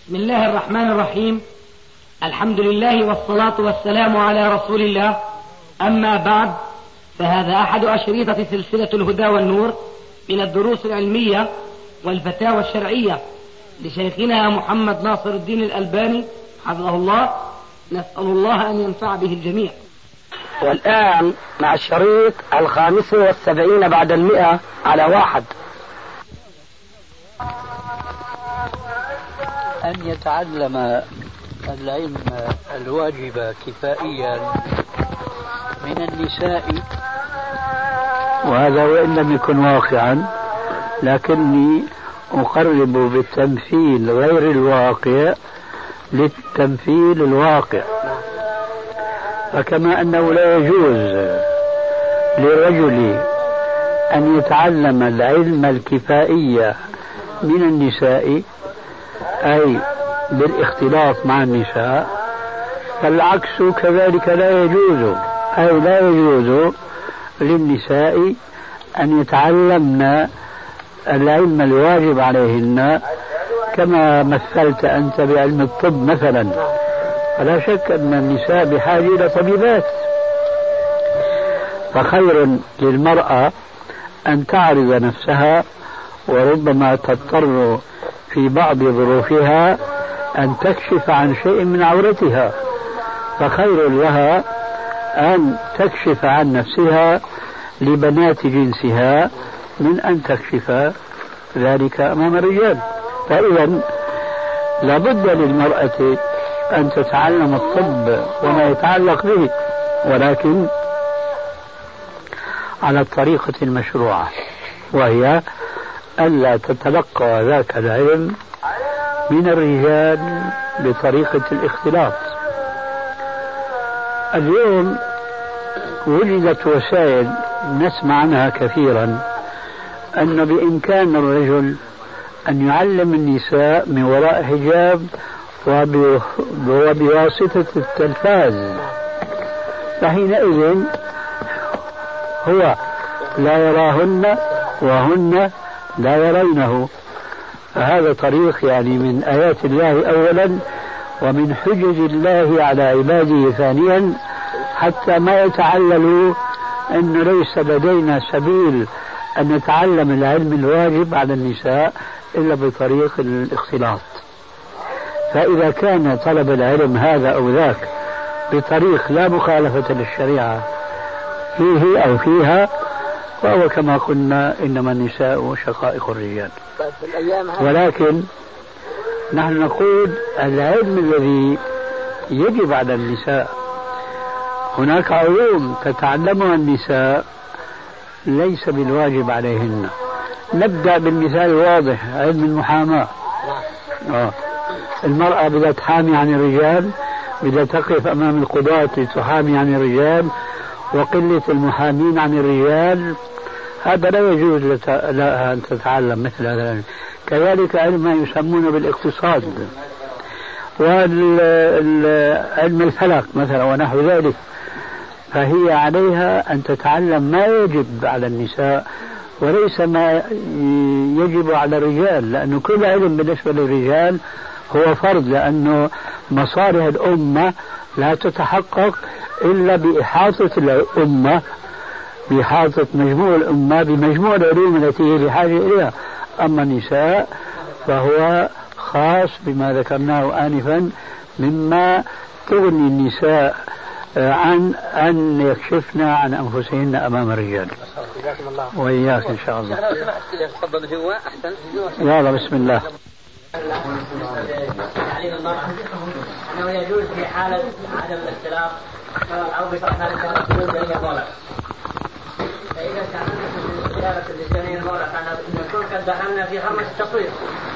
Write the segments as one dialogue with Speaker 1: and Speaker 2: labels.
Speaker 1: بسم الله الرحمن الرحيم. الحمد لله والصلاة والسلام على رسول الله. أما بعد، فهذا أحد أشريطة سلسلة الهدى والنور من الدروس العلمية والفتاوى الشرعية لشيخنا محمد ناصر الدين الألباني حفظه الله. نسأل الله أن ينفع به الجميع.
Speaker 2: والآن مع الشريط 75 بعد 100 على 1.
Speaker 3: أن يتعلم العلم الواجب كفائيا من النساء، وهذا وإن لم يكن واقعا، لكني أقرب بالتمثيل غير الواقع للتمثيل الواقع. فكما أنه لا يجوز للرجل أن يتعلم العلم الكفائي من النساء، أي بالاختلاط مع النساء، فالعكس كذلك لا يجوز، أي لا يجوز للنساء أن يتعلمن العلم الواجب عليهن، كما مثلت أنت بعلم الطب مثلا. فلا شك أن النساء بحاجة إلى طبيبات، فخير للمرأة أن تعرض نفسها، وربما تضطر في بعض ظروفها أن تكشف عن شيء من عورتها، فخير لها أن تكشف عن نفسها لبنات جنسها من أن تكشف ذلك أمام الرجال. فإذا لابد للمرأة أن تتعلم الطب وما يتعلق به، ولكن على الطريقة المشروعة، وهي ألا تتلقى ذاك العلم من الرجال بطريقة الاختلاط. اليوم وجدت وسائل نسمع عنها كثيرا، أن بإمكان الرجل أن يعلم النساء من وراء حجاب وبواسطة التلفاز، فحينئذ هو لا يراهن وهن لا يرينه. فهذا طريق من آيات الله أولا، ومن حجج الله على عباده ثانيا، حتى ما يتعللوا أنه ليس لدينا سبيل أن نتعلم العلم الواجب على النساء إلا بطريق الاختلاط. فإذا كان طلب العلم هذا أو ذاك بطريق لا مخالفة للشريعة فيه أو فيها، فهو كما قلنا إنما النساء شقائق الرجال. ولكن نحن نقول العلم الذي يجب على النساء، هناك علوم تتعلمها النساء ليس بالواجب عليهن. نبدأ بالمثال الواضح، علم المحاماة. المرأة بدها تحامي عن الرجال، بدها تقف أمام القضاة لتحامي عن الرجال، وقلة المحامين عن الرجال، هذا لا يجوز لها أن تتعلم مثل هذا. كذلك علم ما يسمونه بالاقتصاد، وعلم الفلك مثلا ونحو ذلك، فهي عليها أن تتعلم ما يجب على النساء وليس ما يجب على الرجال، لأنه كل علم بالنسبة للرجال هو فرض، لأنه مصالح الأمة لا تتحقق إلا بإحاطة الأمة، بإحاطة مجموع الأمة بمجموع العلوم التي هي بحاجة إليها. أما النساء فهو خاص بما ذكرناه آنفا، مما تغني النساء عن أن يكشفن عن أنفسهن أمام الرجال. وإياك إن شاء الله.
Speaker 2: تفضل جوا أحسن.
Speaker 3: يلا بسم الله.
Speaker 1: تعليم المرأة أنه يجوز في حالة عدم الاختلاط أو بصحة التناسل بين المرأة، فإذا استعملنا في زيارة لجنين المرأة نكون قد دخلنا في حرمة التصوير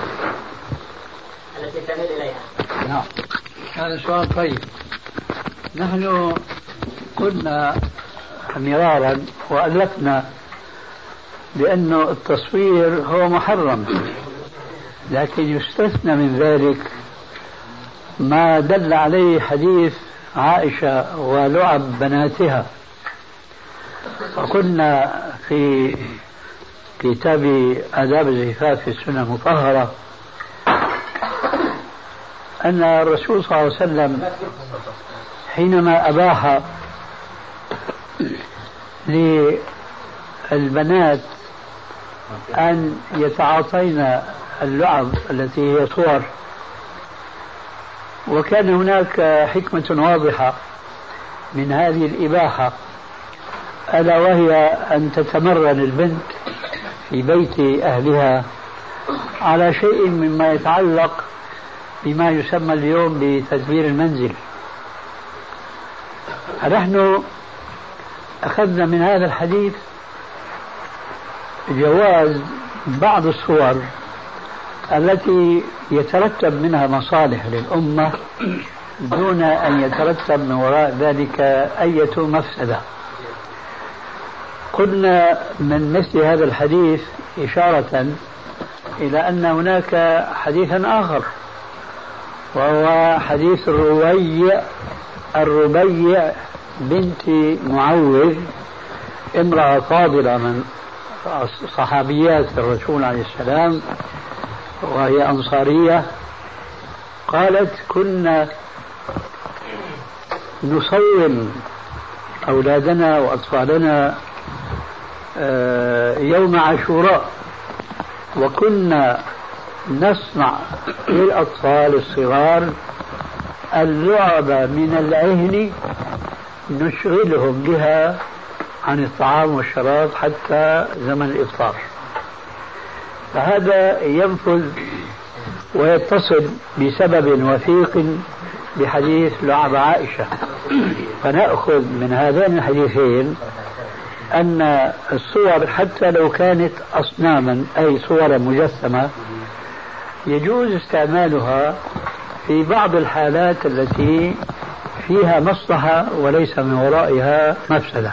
Speaker 1: التي تميل إليها.
Speaker 3: نعم، هذا سؤال طيب. نحن قلنا مرارا وألفنا بأن التصوير هو محرم، لكن يستثنى من ذلك ما دل عليه حديث عائشة ولعب بناتها. وقلنا في كتاب آداب الزفاف في السنة المطهرة أن الرسول صلى الله عليه وسلم حينما أباح للبنات أن يتعاطين اللعب التي هي صور، وكان هناك حكمة واضحة من هذه الإباحة، ألا وهي أن تتمرن البنت في بيت أهلها على شيء مما يتعلق بما يسمى اليوم بتدبير المنزل. نحن أخذنا من هذا الحديث جواز بعض الصور التي يترتب منها مصالح للأمة دون أن يترتب من وراء ذلك أي مفسدة. قلنا من مثل هذا الحديث إشارة إلى أن هناك حديثا آخر، وهو حديث الربيع بنت معوذ، امرأة فاضلة من صحابيات الرسول عليه السلام، وهي أنصارية. قالت: كنا نصوم أولادنا وأطفالنا يوم عاشوراء، وكنا نصنع للأطفال الصغار اللعب من العهن نشغلهم بها عن الطعام والشراب حتى زمن الإفطار. فهذا ينفذ ويتصل بسبب وثيق بحديث لعب عائشة. فنأخذ من هذين الحديثين أن الصور حتى لو كانت أصناما أي صور مجسمة يجوز استعمالها في بعض الحالات التي فيها مصلحة وليس من ورائها مفسدة.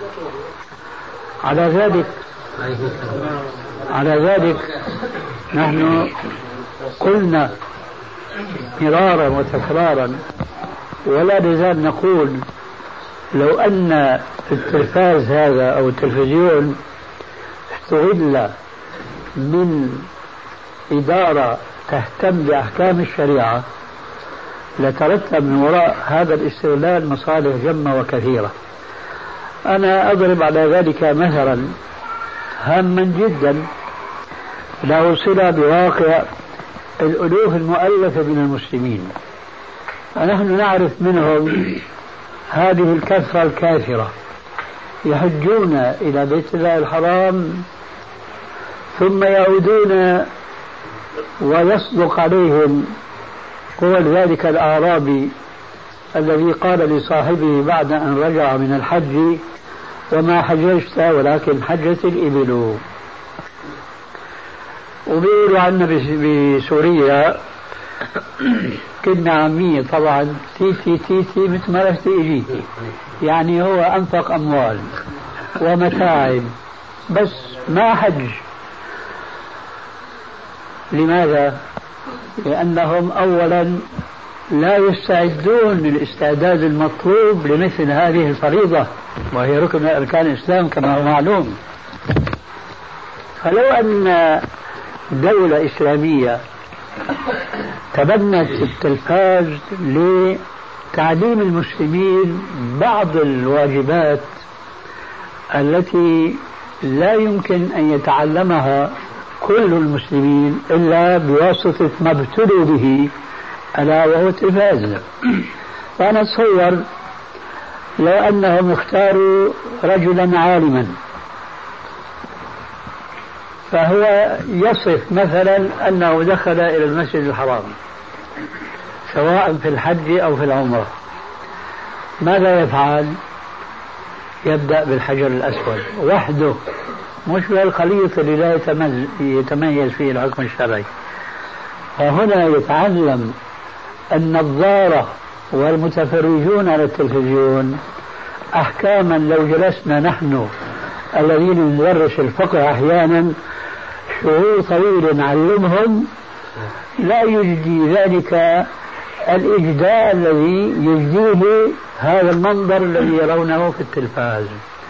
Speaker 3: على ذلك نحن قلنا مرارا وتكرارا ولا نزال نقول: لو أن التلفاز هذا أو التلفزيون استغل من إدارة تهتم بأحكام الشريعة لترتب من وراء هذا الاستغلال مصالح جمة وكثيرة. أنا أضرب على ذلك مثلا هاما جدا له صلة بواقع الألوف المؤلفة من المسلمين. ونحن نعرف منهم هذه الكثرة الكافرة يحجون إلى بيت الله الحرام ثم يعودون ويصدق عليهم قول ذلك الأعرابي الذي قال لصاحبه بعد أن رجع من الحج: وما حججت ولكن حجت الإبل. وبيقولوا عنا بسوريا كلمة عامية طبعا: تيتي تيتي مثل ما رحت إجيتي، يعني هو أنفق أموال ومتاعب بس ما حج. لماذا؟ لأنهم أولا لا يستعدون الاستعداد المطلوب لمثل هذه الفريضة، وهي ركن من أركان الإسلام كما هو معلوم. فلو أن دولة إسلامية تبنت التلفاز لتعليم المسلمين بعض الواجبات التي لا يمكن أن يتعلمها كل المسلمين إلا بواسطة ما ابتلوا به ألا وهو التلفاز. وأنا أتصور لو أنهم اختاروا رجلا عالما فهو يصف مثلا أنه دخل إلى المسجد الحرام سواء في الحج أو في العمرة، ماذا يفعل؟ يبدأ بالحجر الأسود وحده، مش بالخليط اللي لا يتميز فيه الحكم الشرعي. فهنا يتعلم النظارة والمتفرجون على التلفزيون أحكاما لو جلسنا نحن الذين ندرس الفقه أحيانا شهور طويلة نعلمهم لا يجدي ذلك الإجداء الذي يجديه هذا المنظر الذي يرونه في التلفاز.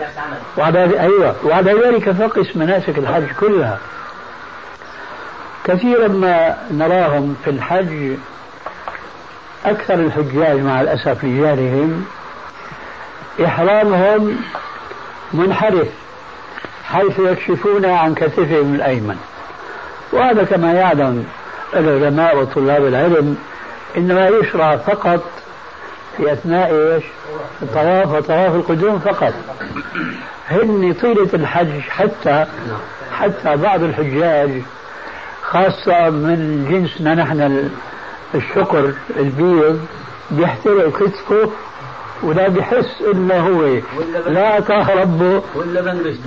Speaker 3: وعلى ذلك فقس مناسك الحج كلها. كثيرا ما نراهم في الحج أكثر الحجاج مع الأسف لجهلهم إحرامهم منحرف حيث يكشفون عن كتفهم الأيمن، وهذا كما يعلم العلماء وطلاب العلم إنما يشرع فقط في أثناء الطواف وطواف القدوم فقط. هن طيلة الحج حتى بعض الحجاج خاصة من جنسنا نحن الشقر البيض بيحترق كتفه ولا بيحس انه هو لا أتاه ربه
Speaker 2: ولا بنبشت.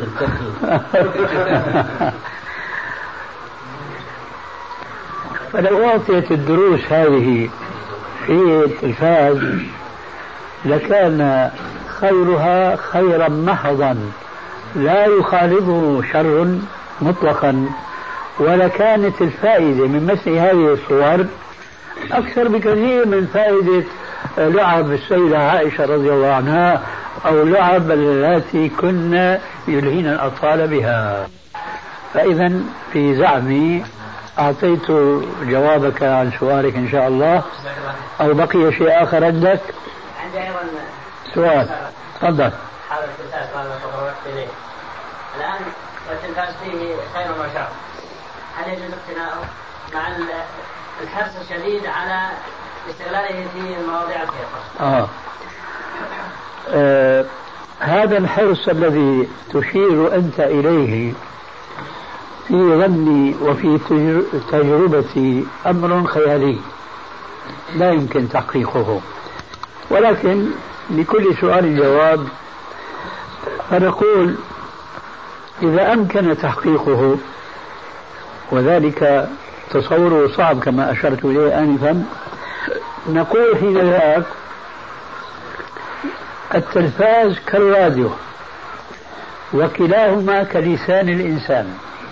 Speaker 3: فلو أعطيت الدروس هذه في التلفاز لكان خيرها خيرا محضا لا يخالطه شر مطلقا، ولكانت الفائدة من مثل هذه الصور أكثر بكثير من فائدة لعب السيدة عائشة رضي الله عنها أو لعب التي كنا يلهين الأطفال بها. فإذا في زعمي أعطيت جوابك عن سؤالك إن شاء الله، أو بقي شيء آخر عندك؟
Speaker 4: عندي أيضا
Speaker 3: سؤال. تفضل.
Speaker 4: حاول التلفاز قال تطرقت إليه الآن، والتلفاز فيه خير وشر، هل يجوز اقتناؤه مع الحرص الشديد على استغلاله في مواضيع الخير؟
Speaker 3: هذا الحرص الذي تشير أنت إليه في ظني وفي تجربتي أمر خيالي لا يمكن تحقيقه، ولكن لكل سؤال جواب. فنقول إذا أمكن تحقيقه، وذلك تصوره صعب كما أشرت إليه آنفا، نقول حين ذاك التلفاز كالراديو وكلاهما كلسان الإنسان.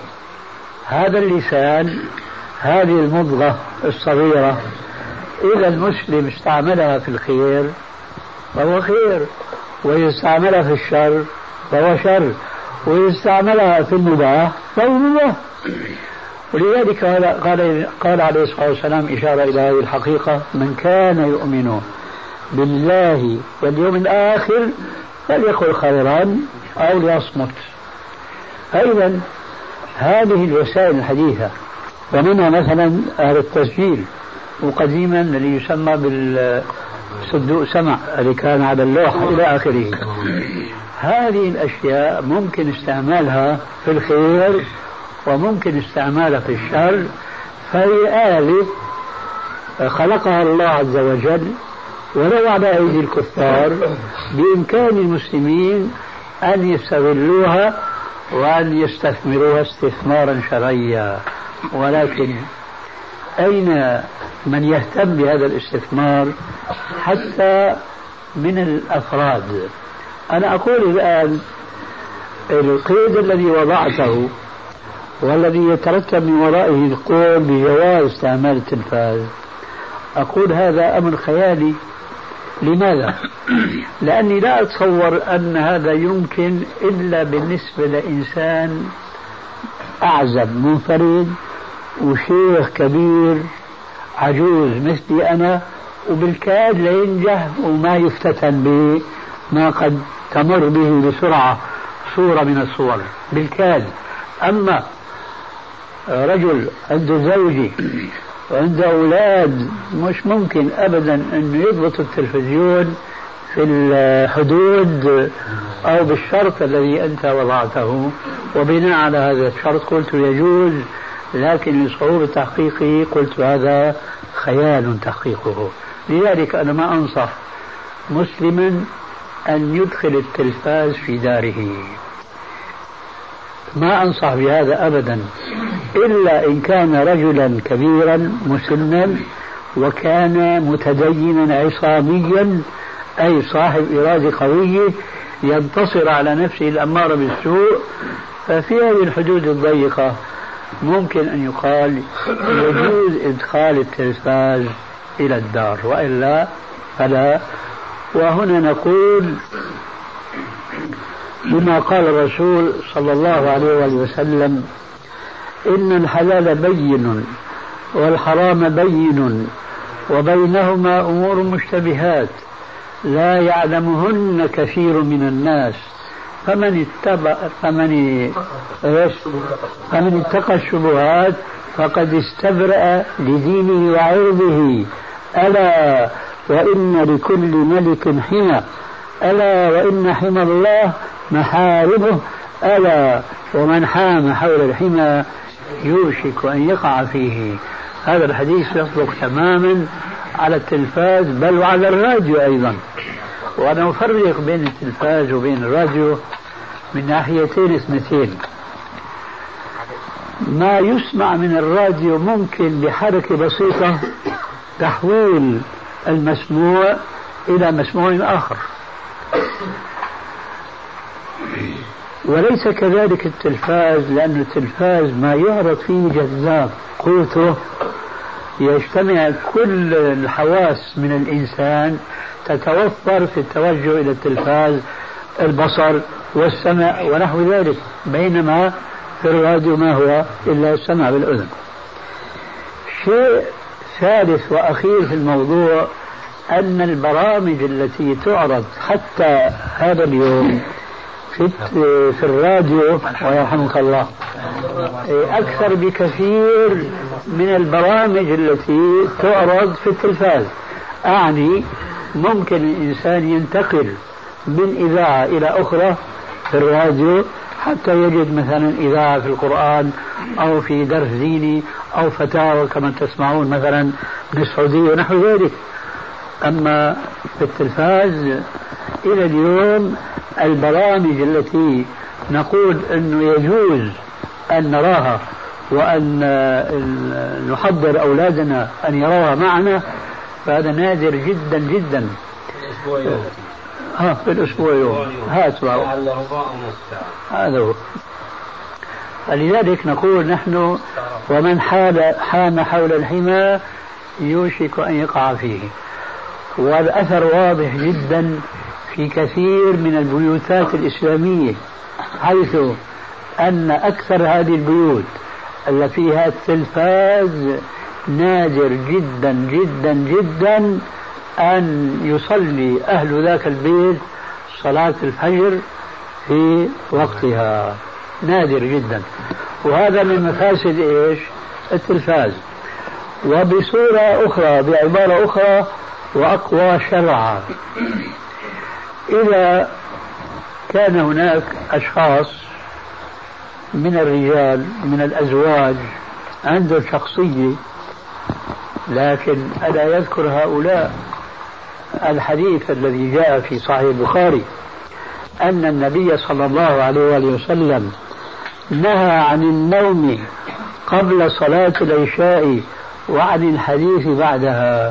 Speaker 3: هذا اللسان، هذه المضغة الصغيرة، إذا المسلم استعملها في الخير فهو خير، وإذا استعملها في الشر فهو شر، وإذا استعملها في المباح فهو مباح. ولذلك قال عليه الصلاة والسلام إشارة إلى هذه الحقيقة: من كان يؤمن بالله واليوم الآخر فليقل خيرا أو ليصمت. أيضا هذه الوسائل الحديثة، ومنها مثلا هذا التسجيل، وقديما اللي يسمى بالصندوق سمع اللي كان على اللوحة إلى آخره، هذه الأشياء ممكن استعمالها في الخير وممكن استعمالها في الشر، فهي آلة خلقها الله عز وجل ولو على أيدي الكفار، بإمكان المسلمين أن يستغلوها وأن يستثمروها استثمارا شرعيا. ولكن أين من يهتم بهذا الاستثمار حتى من الأفراد؟ أنا أقول الآن القيد الذي وضعته والذي يترتب من ورائه القول بجواز استعمال التلفاز، أقول هذا أمر خيالي. لماذا؟ لأني لا أتصور أن هذا يمكن إلا بالنسبة لإنسان أعزب منفرد وشيخ كبير عجوز مثلي أنا، وبالكاد لا ينجح وما يفتتن به ما قد تمر به بسرعة صورة من الصور بالكاد. أما رجل عنده زوجي وعنده أولاد مش ممكن أبدا أنه يضبط التلفزيون في الحدود أو بالشرط الذي أنت وضعته، وبناء على هذا الشرط قلت يجوز، لكن لصعوبة تحقيقه قلت هذا خيال تحقيقه. لذلك أنا ما أنصح مسلما أن يدخل التلفاز في داره، ما أنصح بهذا أبدا، إلا إن كان رجلا كبيرا مسنا وكان متدينا عصاميا، أي صاحب إرادة قوية ينتصر على نفسه الأمارة بالسوء، ففي هذه الحدود الضيقة ممكن أن يقال يجوز إدخال التلفاز إلى الدار، وإلا فلا. وهنا نقول بما قال الرسول صلى الله عليه وسلم: إن الحلال بين والحرام بين وبينهما أمور مشتبهات لا يعلمهن كثير من الناس فمن اتقى الشبهات فقد استبرأ لدينه وعرضه. ألا وإن لكل ملك حمى، ألا وإن حمى الله محارمه، ألا ومن حام حول الحمى يوشك أن يقع فيه. هذا الحديث يصدق تماما على التلفاز بل وعلى الراديو أيضا. وأنا أفرق بين التلفاز وبين الراديو من ناحيتين اثنتين. ما يسمع من الراديو ممكن بحركة بسيطة تحويل المسموع إلى مسموع آخر، وليس كذلك التلفاز، لأن التلفاز ما يعرض فيه جذاب قوته يجتمع كل الحواس من الإنسان تتوفر في التوجه إلى التلفاز، البصر والسمع ونحو ذلك، بينما في الراديو ما هو إلا السمع بالأذن. شيء ثالث وأخير في الموضوع أن البرامج التي تعرض حتى هذا اليوم في الراديو ويرحمك الله أكثر بكثير من البرامج التي تعرض في التلفاز. أعني ممكن الإنسان ينتقل من إذاعة إلى أخرى في الراديو حتى يجد مثلا إذاعة في القرآن أو في درس ديني أو فتاوى كما تسمعون مثلا من السعودية ونحو ذلك. أما في التلفاز إلى اليوم البرامج التي نقول أنه يجوز أن نراها وأن نحضر أولادنا أن يروها معنا فهذا نادر جدا جدا. في الأسبوع يوم هذا هو. فلذلك نقول نحن ومن حام حول الحمى يوشك أن يقع فيه. والأثر واضح جدا في كثير من البيوتات الإسلامية، حيث أن أكثر هذه البيوت التي فيها التلفاز نادر جدا جدا جدا أن يصلي أهل ذاك البيت صلاة الفجر في وقتها، نادر جدا. وهذا من مفاسد إيش؟ التلفاز. وبصورة أخرى بعبارة أخرى وأقوى شرعا، إذا كان هناك أشخاص من الرجال من الأزواج عنده شخصية، لكن ألا يذكر هؤلاء الحديث الذي جاء في صحيح البخاري أن النبي صلى الله عليه وآله وسلم نهى عن النوم قبل صلاة العشاء وعن الحديث بعدها.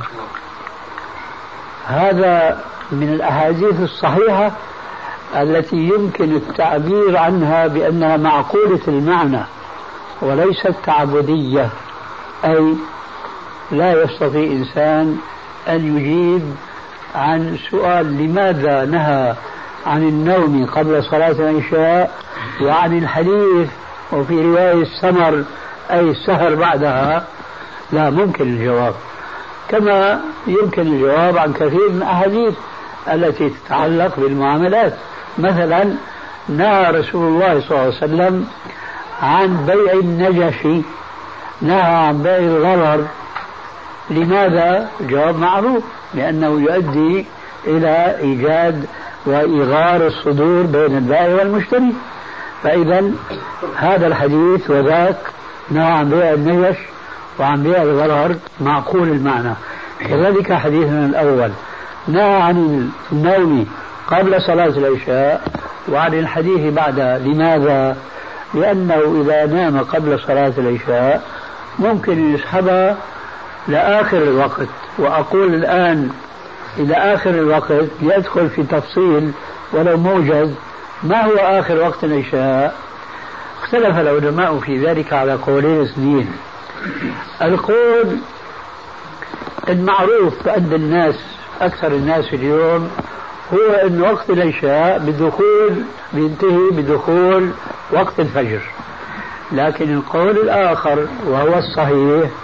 Speaker 3: هذا من الأحاديث الصحيحة التي يمكن التعبير عنها بأنها معقولة المعنى وليست تعبدية، أي لا يستطيع إنسان أن يجيب عن سؤال لماذا نهى عن النوم قبل صلاة العشاء وعن الحديث وفي رواية السمر أي السهر بعدها. لا ممكن الجواب، كما يمكن الجواب عن كثير من الأحاديث التي تتعلق بالمعاملات. مثلا نهى رسول الله صلى الله عليه وسلم عن بيع النجش، نهى عن بيع الغرر. لماذا؟ جواب معروف، لأنه يؤدي إلى إيجاد وإغار الصدور بين البائع والمشتري. فإذا هذا الحديث وذاك نهى عن بيع النجش وعن بيع الغرر معقول المعنى. كذلك حديثنا الأول نهى عن النوم قبل صلاة العشاء وعن الحديث بعدها. لماذا؟ لأنه إذا نام قبل صلاة العشاء ممكن يسحبها لآخر الوقت. وأقول الآن إلى آخر الوقت يدخل في تفصيل ولو موجز. ما هو آخر وقت العشاء؟ اختلف العلماء في ذلك على قولين اثنين. القول المعروف عند الناس أكثر الناس اليوم هو أن وقت العشاء بينتهي بدخول وقت الفجر. لكن القول الآخر وهو الصحيح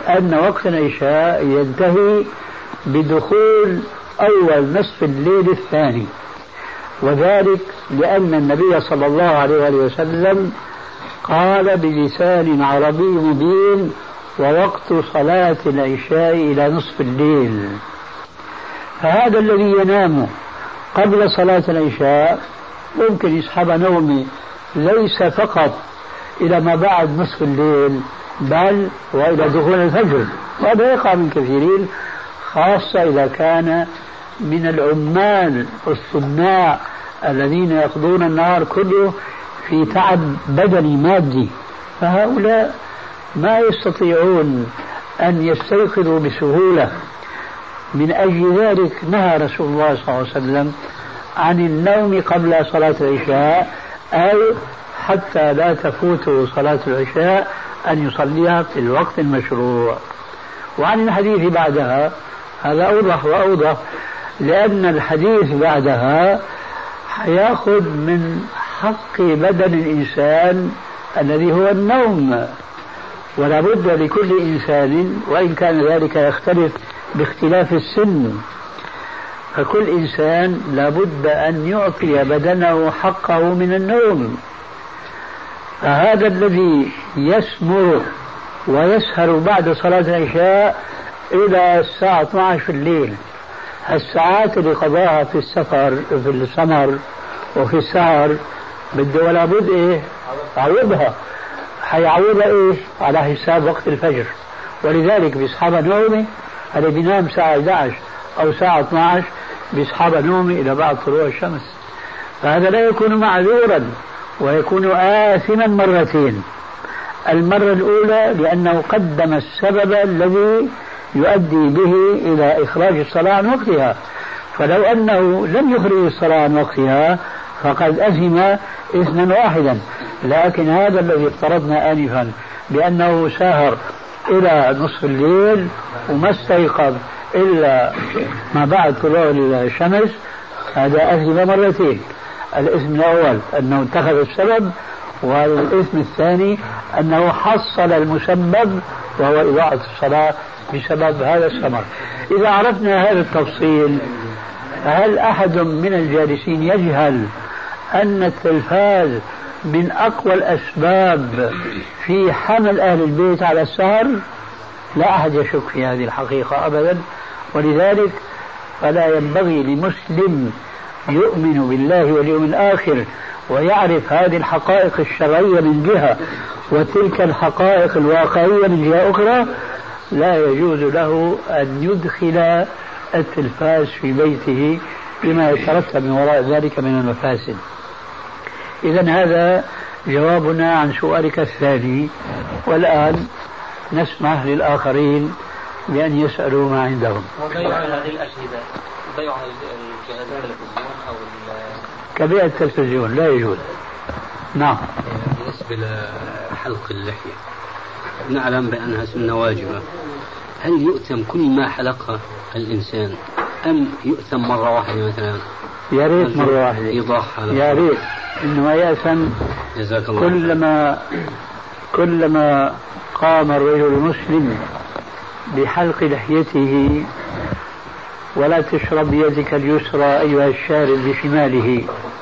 Speaker 3: أن وقت العشاء ينتهي بدخول أول نصف الليل الثاني، وذلك لأن النبي صلى الله عليه وسلم قال بلسان عربي مبين: ووقت صلاة العشاء إلى نصف الليل. فهذا الذي ينام قبل صلاة العشاء ممكن يصحب نومه ليس فقط إلى ما بعد نصف الليل بل وإلى دخول الفجر، وهذا يقع من كثيرين، خاصة إذا كان من العمال الصناع الذين يقضون النهار كله في تعب بدني مادي، فهؤلاء ما يستطيعون أن يستيقظوا بسهولة. من أجل ذلك نهى رسول الله صلى الله عليه وسلم عن النوم قبل صلاة العشاء، أي حتى لا تفوته صلاة العشاء أن يصليها في الوقت المشروع. وعن الحديث بعدها هذا أوضح وأوضح، لأن الحديث بعدها يأخذ من حق بدن الإنسان الذي هو النوم، ولا بد لكل إنسان، وإن كان ذلك يختلف باختلاف السن، فكل إنسان لا بد أن يعطي بدنه حقه من النوم. فهذا الذي يسمر ويسهر بعد صلاة العشاء إلى الساعة 12 في الليل، الساعات اللي قضاها في السفر في السمر وفي السهر بده ولا بد إيه يعوضها، حيعوضها إيه على حساب وقت الفجر. ولذلك بيصحب نومه اللي بينام ساعة 11 أو ساعة 12 بيصحب نومه إلى بعد طلوع الشمس، فهذا لا يكون معذورا ويكون آثما مرتين. المرة الأولى لأنه قدم السبب الذي يؤدي به إلى إخراج الصلاة عن وقتها، فلو أنه لم يخرج الصلاة عن وقتها فقد أثم إثما واحدا. لكن هذا الذي افترضنا آنفا بأنه ساهر إلى نصف الليل وما استيقظ إلا ما بعد طلوع الشمس، هذا أثم مرتين. الإثم الأول أنه اتخذ السبب، والإثم الثاني أنه حصل المسبب وهو إضاعة الصلاة بسبب هذا السمر. إذا عرفنا هذا التفصيل، هل أحد من الجالسين يجهل أن التلفاز من أقوى الأسباب في حمل أهل البيت على السهر؟ لا أحد يشك في هذه الحقيقة أبدا. ولذلك فلا ينبغي لمسلم يؤمن بالله واليوم الآخر ويعرف هذه الحقائق الشرعية من جهة وتلك الحقائق الواقعية من جهة أخرى، لا يجوز له أن يدخل التلفاز في بيته بما يترتب من وراء ذلك من المفاسد. إذن هذا جوابنا عن سؤالك الثاني، والآن نسمح للآخرين بأن يسألوا ما عندهم.
Speaker 2: وبيع هذه الأجهزة، بيع جهاز التلفزيون أو
Speaker 3: كبيع التلفزيون لا يجوز. نعم.
Speaker 5: بالنسبة لحلق اللحية نعلم بأنها سنة واجبة، هل يؤتم كل ما حلقها الإنسان أم يؤتم مرة واحدة مثلا؟
Speaker 3: يا ريت مرة واحدة،
Speaker 5: إيضاح
Speaker 3: يا ريت، إنما يأثم كلما قام الرجل المسلم بحلق لحيته. ولا تشرب بيدك اليسرى أيها الشارب بشماله.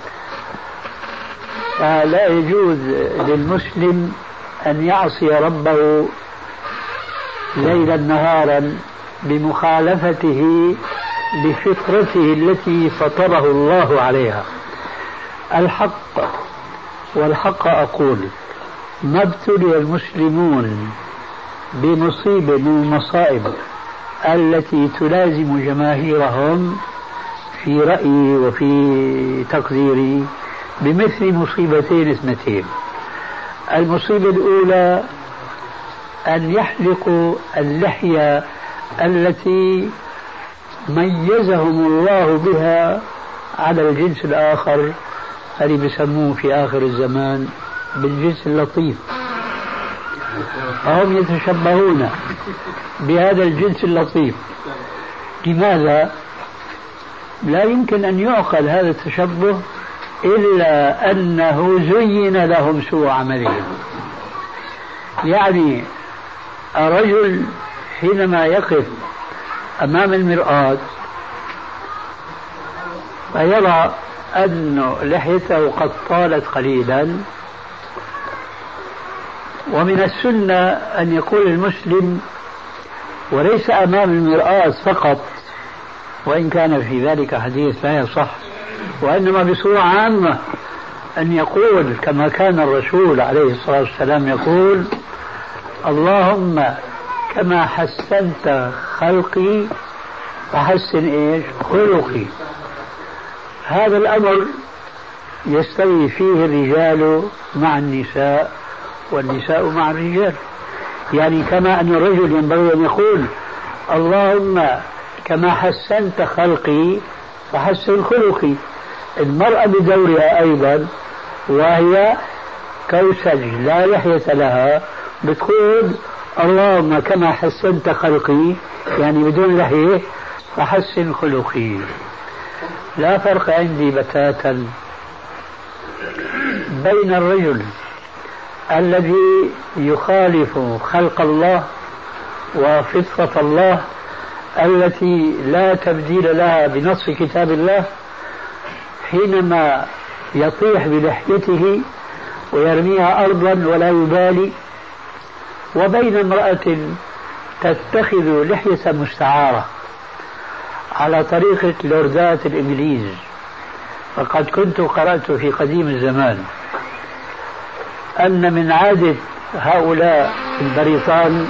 Speaker 3: فلا يجوز للمسلم أن يعصي ربه ليلا نهارا بمخالفته لفطرته التي فطره الله عليها. والحق أقول ما ابتلي المسلمون بمصيبة من المصائب التي تلازم جماهيرهم في رأيي وفي تقديري بمثل مصيبتين اثنتين. المصيبة الأولى أن يحلقوا اللحية التي ميزهم الله بها على الجنس الآخر اللي بسموه في آخر الزمان بالجنس اللطيف، فهم يتشبهون بهذا الجنس اللطيف. لماذا؟ لا يمكن أن يعقل هذا التشبه إلا أنه زين لهم سوء عملهم. يعني الرجل حينما يقف أمام المرآة فيرى أن لحيته قد طالت قليلا، ومن السنة أن يقول المسلم وليس أمام المرآة فقط، وإن كان في ذلك حديث لا يصح، وإنما بصورة عامة أن يقول كما كان الرسول عليه الصلاة والسلام يقول: اللهم كما حسنت خلقي فحسن خلقي. هذا الأمر يستوي فيه الرجال مع النساء والنساء مع الرجال، يعني كما أن الرجل ينبغي أن يقول: اللهم كما حسنت خلقي فحسن خلقي. المرأة بدورها أيضا وهي كوسج لا لحية لها بتقول: اللهم كما حسنت خلقي، يعني بدون لحية، فحسن خلقي. لا فرق عندي بتاتا بين الرجل الذي يخالف خلق الله وفطرة الله التي لا تبديل لها بنص كتاب الله حينما يطيح بلحيته ويرميها أرضا ولا يبالي، وبين امرأة تتخذ لحية مستعارة على طريقة لوردات الإنجليز. فقد كنت قرأت في قديم الزمان أن من عادة هؤلاء البريطان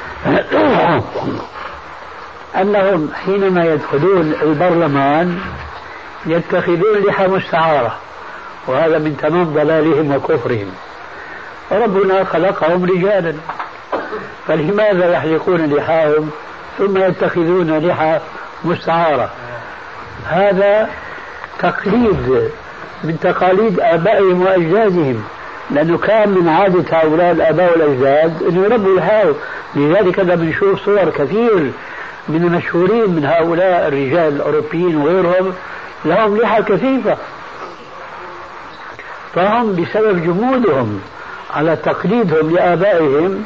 Speaker 3: أنهم حينما يدخلون البرلمان يتخذون لحى مستعارة، وهذا من تمام ضلالهم وكفرهم. وربنا خلقهم رجالا، فلماذا يحلقون لحاهم ثم يتخذون لحى مستعارة؟ هذا تقليد من تقاليد آبائهم وأجدادهم، لأنه كان من عادة هؤلاء الآباء والأجداد أن يربوا لحاهم. لذلك بنشوف صور كثير من المشهورين من هؤلاء الرجال الأوروبيين وغيرهم لهم لحى كثيفة، فهم بسبب جمودهم على تقليدهم لآبائهم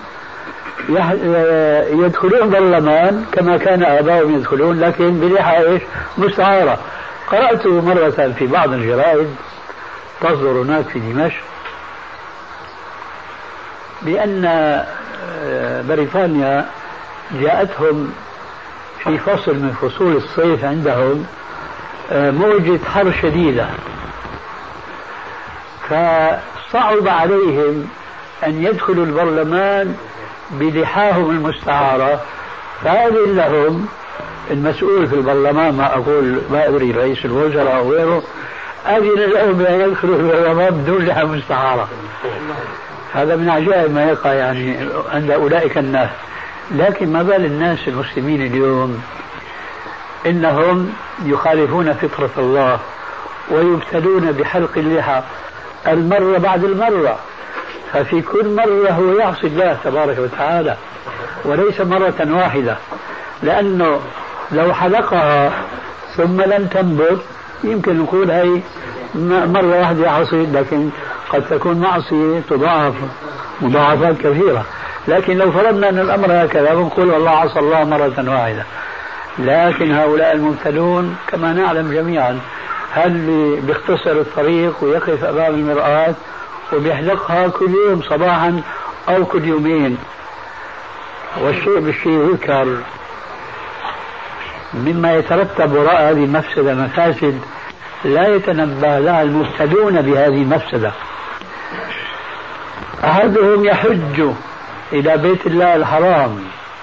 Speaker 3: يدخلون برلمان كما كان آبائهم يدخلون، لكن بلحى مستعارة. قرأت مرة في بعض الجرائد تصدر هناك في دمشق بأن بريطانيا جاءتهم في فصل من فصول الصيف عندهم موجة حر شديدة، فصعب عليهم أن يدخلوا البرلمان بلحاهم المستعارة، فأذن لهم المسؤول في البرلمان، ما أدري رئيس الوزراء أو غيره، أذن لهم بأن يدخلوا البرلمان بدون لحى مستعارة. هذا من عجائب ما يقع يعني عند أولئك الناس. لكن ما بال الناس المسلمين اليوم إنهم يخالفون فطرة الله ويبتلون بحلق اللحى المرة بعد المرة، ففي كل مرة هو يعصي الله تبارك وتعالى وليس مرة واحدة، لأنه لو حلقها ثم لم تنبت يمكن نقول هي مرة واحدة عصي، لكن قد تكون معصية تضاعف مضاعفات كثيرة. لكن لو فرضنا أن الأمر هكذا بنقول والله عصى الله مرة واحدة. لكن هؤلاء المبتلون كما نعلم جميعا هل بيختصر الطريق ويقف أمام المرآة وبيحلقها كل يوم صباحا أو كل يومين. والشيء بالشيء يذكر مما يترتب وراء هذه المفسدة مفاسد لا يتنبه لها المبتدون بهذه المفسدة. أحدهم يحج إلى بيت الله الحرام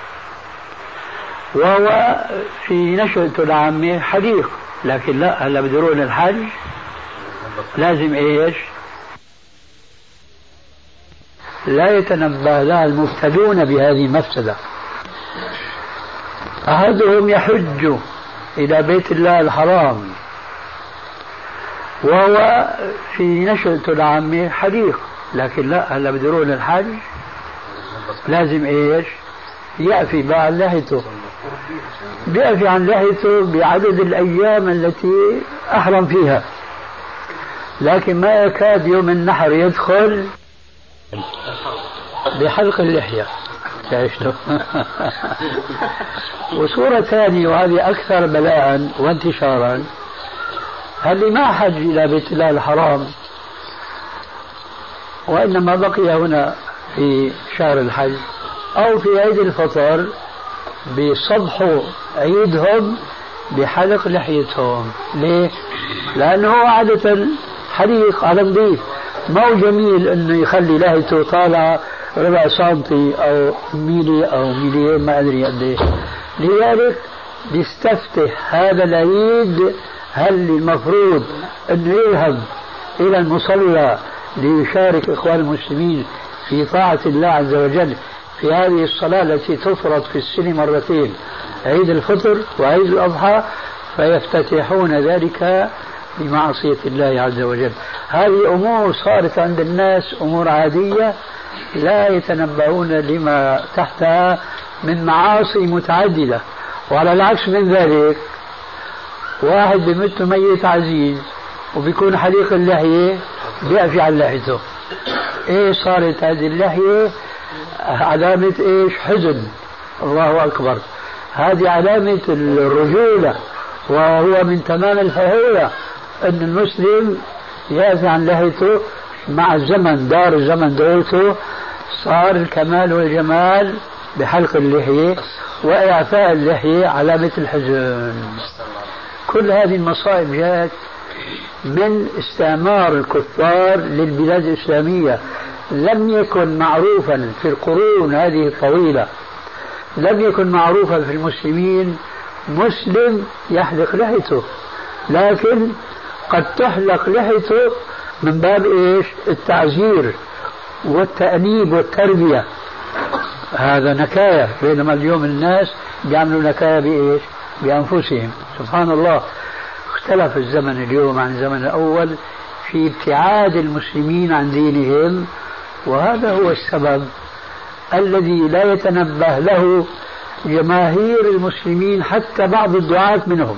Speaker 3: وهو في نشأته العامة حديق، لكن لا، هلا بدرون الحج لازم ايش؟ لا يتنبه لها المبتدون بهذه المفسدة. أحدهم يحج إلى بيت الله الحرام وهو في نشأته العامة حديق، لكن لا، هلا بدرون الحج لازم ايش؟ يعفي بقى عن لحيته، بيعفي عن لحيته بعدد الأيام التي أحرم فيها، لكن ما يكاد يوم النحر يدخل بحلق اللحية، في عشته. وصورة ثانية وهذه أكثر بلاء وانتشارا، اللي ما حج إلى بيت الله الحرام وإنما بقي هنا في شهر الحج أو في عيد الفطر بيصبحوا عيدهم بحلق لحيتهم. ليه؟ لأنه عادة حليق على نظيف، ما هو جميل أنه يخلي لحيته طالعة ربع سنتي أو ميلي أو ميليين ما أدري قديش. لذلك بيستفتح هذا العيد هل المفروض أنه يذهب إلى المصلى ليشارك إخوان المسلمين في طاعة الله عز وجل في هذه الصلاة التي تفرض في السنة مرتين، عيد الفطر وعيد الأضحى، فيفتتحون ذلك بمعصية الله عز وجل. هذه أمور صارت عند الناس أمور عادية لا يتنبهون لما تحتها من معاصي متعددة. وعلى العكس من ذلك واحد بمت ميت عزيز وبيكون حليق اللحية بيقفي على لحيته. ايه صارت هذه اللحية علامة ايش؟ حزن. الله أكبر، هذه علامة الرجولة، وهو من تمام الفهولة أن المسلم يأتي عن لحيته. مع الزمن دار الزمن دولته صار الكمال والجمال بحلق اللحية وإعفاء اللحية علامة الحزن. كل هذه المصائب جاءت من استعمار الكفار للبلاد الإسلامية. لم يكن معروفا في القرون هذه الطويلة، لم يكن معروفا في المسلمين مسلم يحلق لحيته، لكن قد تحلق لحيته من باب ايش؟ التعزير والتأنيب والتربية. هذا نكاية، بينما اليوم الناس بيعملوا نكاية بايش؟ بأنفسهم. سبحان الله، اختلف الزمن اليوم عن الزمن الأول في ابتعاد المسلمين عن دينهم، وهذا هو السبب الذي لا يتنبه له جماهير المسلمين، حتى بعض الدعاة منهم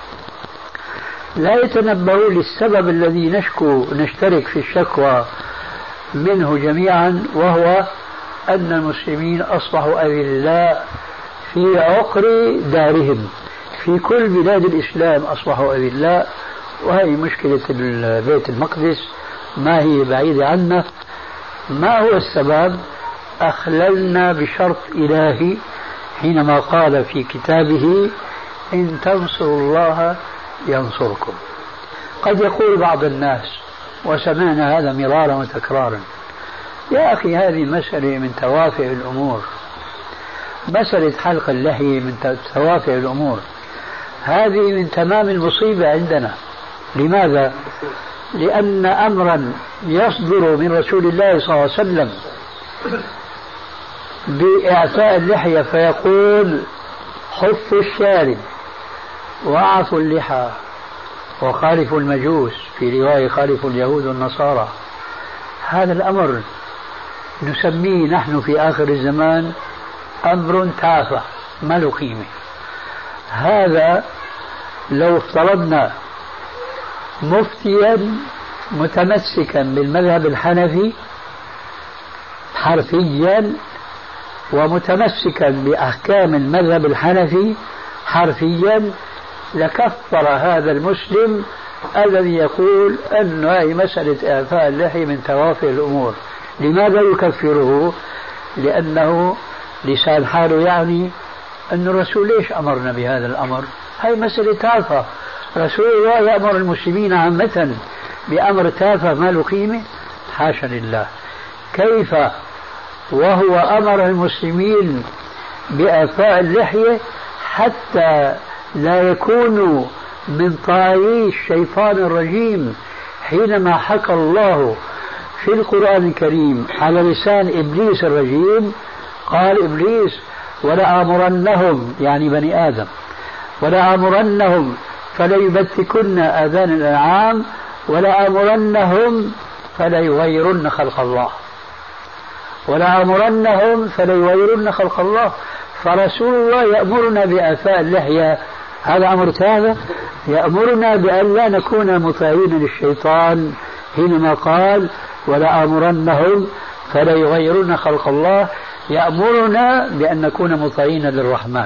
Speaker 3: لا يتنبهوا للسبب الذي نشترك في الشكوى منه جميعا، وهو أن المسلمين أصبحوا أذلاء في عقر دارهم. في كل بلاد الإسلام أصبحوا أذلاء، وهي مشكلة بيت المقدس ما هي بعيدة عنا. ما هو السبب؟ أخللنا بشرط إلهي حينما قال في كتابه إن تنصروا الله ينصركم. قد يقول بعض الناس، وسمعنا هذا مرارا وتكرارا، يا أخي هذه مسألة من توافع الأمور، مسألة حلق اللحية من توافع الأمور، هذه من تمام المصيبة عندنا. لماذا؟ لأن أمرا يصدر من رسول الله صلى الله عليه وسلم بإعفاء اللحية فيقول حفوا الشارب وأعفوا اللحى وخالفوا المجوس، في رواية خالفوا اليهود والنصارى، هذا الأمر نسميه نحن في آخر الزمان أمر تافه ما له قيمة. هذا لو افترضنا مفتيا متمسكا بالمذهب الحنفي حرفيا ومتمسكا بأحكام المذهب الحنفي حرفيا لكفر هذا المسلم الذي يقول أن هذه مسألة إعفاء اللحية من توافع الأمور. لماذا يكفره؟ لأنه لسان حاله يعني أن الرسول ليش أمرنا بهذا الأمر؟ هاي مسألة تافهة، رسول الله يأمر المسلمين عامة بأمر تافه ما له قيمة؟ حاشا لله. كيف وهو أمر المسلمين بإعفاء اللحية حتى لا يكونوا من طاعي الشيطان الرجيم، حينما حكى الله في القرآن الكريم على لسان إبليس الرجيم، قال إبليس ولآمرنهم يعني بني آدم ولآمرنهم فليبتكن آذان الأنعام ولآمرنهم فليغيرن خلق الله ولآمرنهم فليغيرن خلق الله. فرسول الله يأمرنا بإعفاء اللحية، هذا أمر تافه، يأمرنا بأن لا نكون مطيعين للشيطان حينما قال ولآمرنهم فليغيرن خلق الله، يأمرنا بأن نكون مطيعين للرحمن.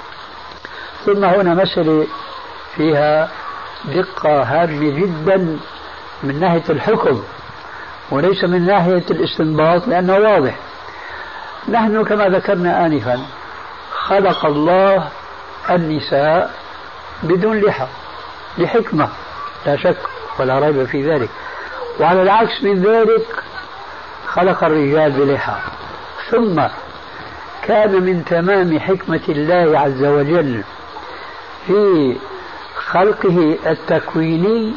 Speaker 3: ثم هنا مسألة فيها دقة هامة جدا من ناحية الحكم وليس من ناحية الاستنباط، لأنه واضح. نحن كما ذكرنا آنفا خلق الله النساء بدون لحى لحكمة لا شك ولا ريب في ذلك، وعلى العكس من ذلك خلق الرجال بلحى. ثم كان من تمام حكمة الله عز وجل في خلقه التكويني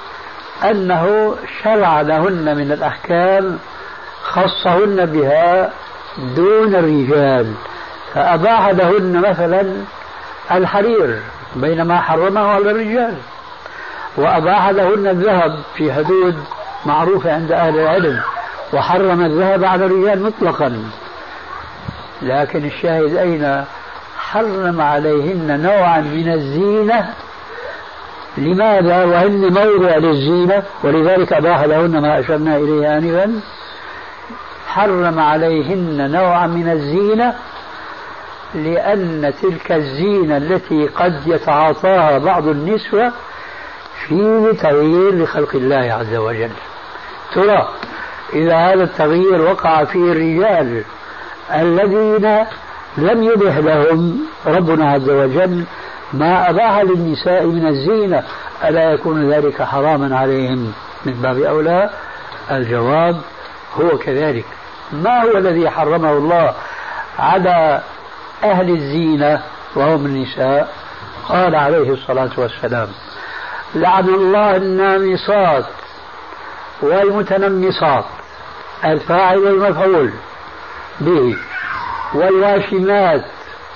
Speaker 3: أنه شرع لهن من الأحكام خصهن بها دون الرجال، فأباح لهن مثلا الحرير بينما حرمه على الرجال، وأباح لهن الذهب في حدود معروفة عند أهل العلم، وحرم الذهب على الرجال مطلقا. لكن الشاهد أين؟ حرم عليهن نوعا من الزينة. لماذا؟ وهن موضع للزينة، ولذلك أباح لهن ما أشرنا إليه آنفا. حرم عليهن نوعا من الزينة لأن تلك الزينة التي قد يتعاطاها بعض النسوة فيه تغيير لخلق الله عز وجل. ترى إذا هذا التغيير وقع فيه الرجال الذين لم يبح لهم ربنا عز وجل ما أباح للنساء من الزينة، ألا يكون ذلك حراما عليهم من باب أولى؟ الجواب هو كذلك. ما هو الذي حرمه الله على أهل الزينة وهم النساء؟ قال عليه الصلاة والسلام: لعن الله النامصات والمتنمصات، الفاعل والمفعول به، والواشمات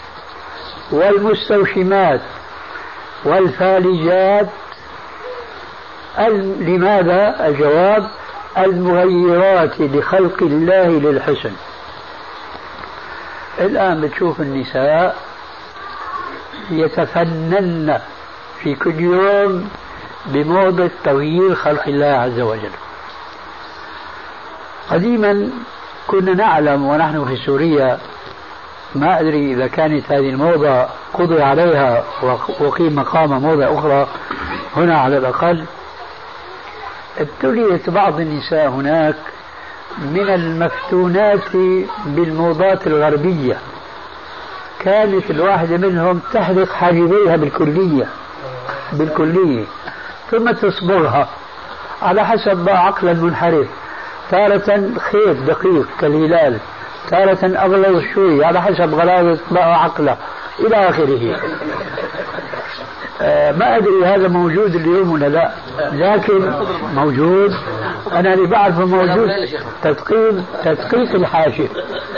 Speaker 3: والمستوشمات والفالجات. لماذا؟ الجواب: المغيرات لخلق الله للحسن. الآن بتشوف النساء يتفنن في كل يوم بموضة تغيير خلق الله عز وجل. قديما كنا نعلم ونحن في سوريا، ما أدري إذا كانت هذه الموضة قضي عليها وقيم مقام موضة أخرى هنا على الأقل، ابتليت بعض النساء هناك من المفتونات بالموضات الغربية. كانت الواحدة منهم تحلق حاجبيها بالكلية ثم تصبغها على حسب ما عقل المنحرف، تارة خيط دقيق كالهلال، تارة أغلظ شوي على حسب غلاظة عقله إلى آخره. ما أدري هذا موجود اليوم ولا لا، لكن موجود. أنا اللي بعرفه موجود تدقيق الحاشية.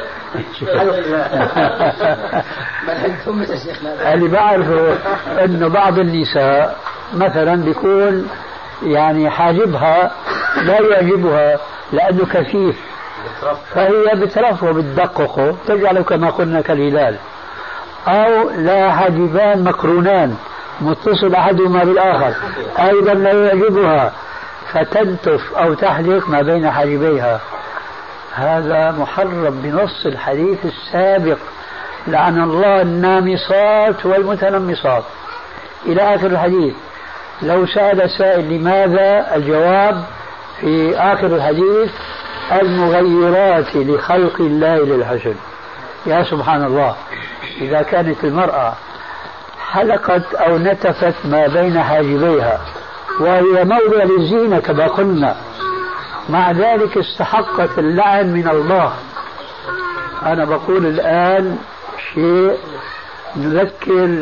Speaker 3: اللي بعرفه أنه بعض النساء مثلا بيكون يعني حاجبها لا يعجبها لأنه كثيف، فهي بترفه بتدققه تجعله كما قلنا كالهلال، أو لا حاجبان مقرونان متصل أحدهما بالآخر أيضا لا يعجبها فتنتف أو تحلق ما بين حاجبيها. هذا محرم بنص الحديث السابق: لعن الله النامصات والمتنمصات إلى آخر الحديث. لو سأل سائل لماذا؟ الجواب في آخر الحديث: المغيرات لخلق الله للحسن. يا سبحان الله، إذا كانت المرأة حلقت أو نتفت ما بين حاجبيها وهي موضع للزينة كما قلنا، مع ذلك استحقت اللعن من الله. أنا بقول الآن شيء نذكر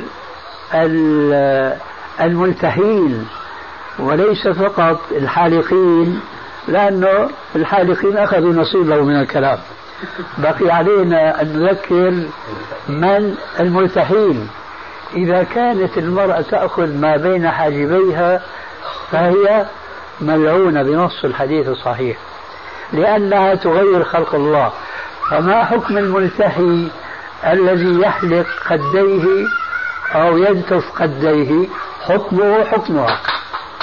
Speaker 3: الملتحين وليس فقط الحالقين، لأنه الحالقين أخذوا نصيبه من الكلام، بقي علينا أن نذكر من الملتحين. إذا كانت المرأة تأخذ ما بين حاجبيها فهي ملعونة بنص الحديث الصحيح لأنها تغير خلق الله. فما حكم الملتحي الذي يحلق خديه أو ينتف خديه؟